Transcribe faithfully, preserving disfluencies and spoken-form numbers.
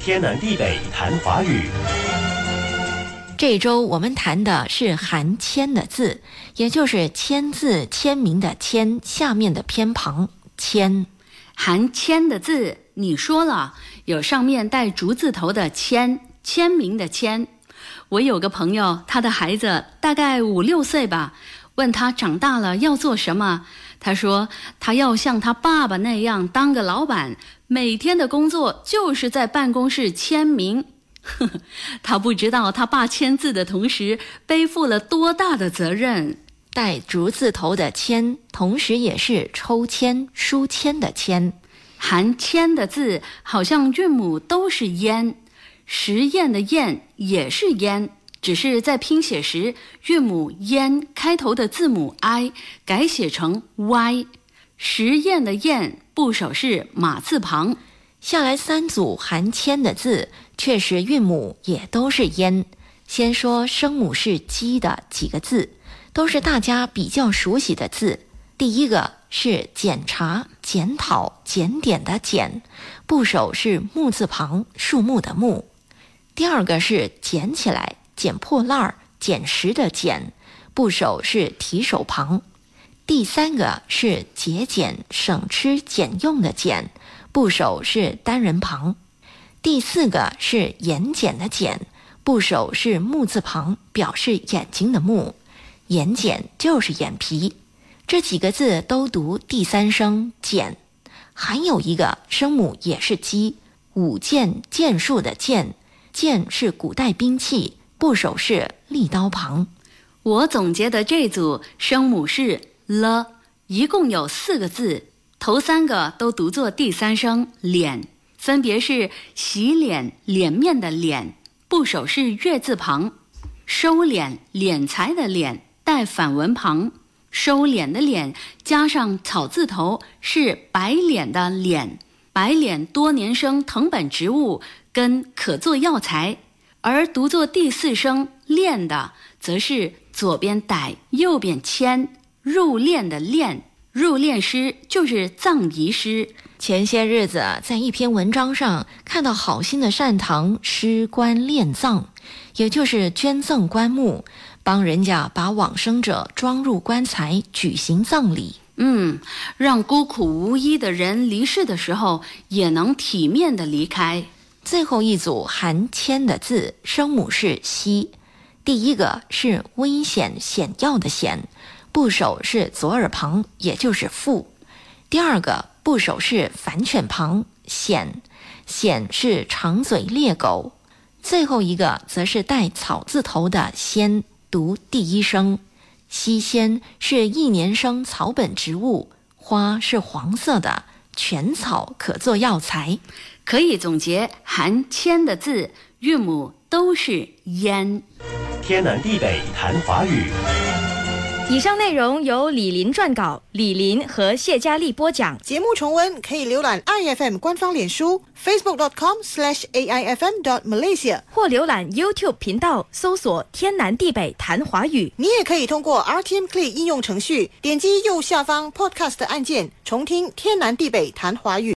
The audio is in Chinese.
天南地北谈华语。 这周我们谈的是含签的字，也就是签字签名的签下面的偏旁签。 含签的字你说了，有上面带竹字头的签，签名的签。我有个朋友，他的孩子大概五六岁吧，问他长大了要做什么，他说他要像他爸爸那样当个老板，每天的工作就是在办公室签名。他不知道他爸签字的同时背负了多大的责任。 带竹字头的签，同时也是抽签、书签的签。 含签的字好像韵母都是烟，实验的验也是烟，只是在拼写时韵母烟开头的字母 i 改写成 y。 实验的验部首是马字旁。 下来三组含签的字，确实韵母也都是烟。先说声母是鸡的几个字，都是大家比较熟悉的字。第一个是检查、检讨、检点的检，部首是木字旁，树木的木。第二个是捡起来、捡破烂儿、捡拾的捡，部首是提手旁。第三个是节俭、省吃俭用的俭，部首是单人旁。第四个是眼睑的睑，部首是木字旁，表示眼睛的目。眼睑就是眼皮。这几个字都读第三声睑。还有一个声母也是鸡，舞剑、剑术的剑，剑是古代兵器，部首是利刀旁。 我总结的这组声母是了，一共有四个字，头三个都读作第三声脸，分别是洗脸、脸面的脸，部首是月字旁；收敛、敛财的敛带反文旁，收敛的敛加上草字头是白脸的脸，白脸多年生藤本植物，跟可做药材。而读作第四声练的则是左边歹右边谦，入殓的殓，入殓师就是葬仪师。 前些日子在一篇文章上看到好心的善堂施棺殓葬，也就是捐赠棺木，帮人家把往生者装入棺材举行葬礼。 嗯，让孤苦无依的人离世的时候也能体面的离开。 最后一组含签的字，声母是西。第一个是危险险要的险，部首是左耳旁，也就是父。第二个部首是反犬旁，险，险是长嘴猎狗。最后一个则是带草字头的鲜，读第一声。西鲜是一年生草本植物，花是黄色的，全草可做药材。 可以总结含签的字韵母都是烟。 天南地北谈华语。 以上内容由李林撰稿，李林和谢佳丽播讲。 节目重温可以浏览 I F M 官方脸书 facebook dot com slash A I F M dot Malaysia， 或浏览 YouTube 频道搜索天南地北谈华语。 你也可以通过 R T M Play 应用程序点击右下方 Podcast 的按键，重听天南地北谈华语。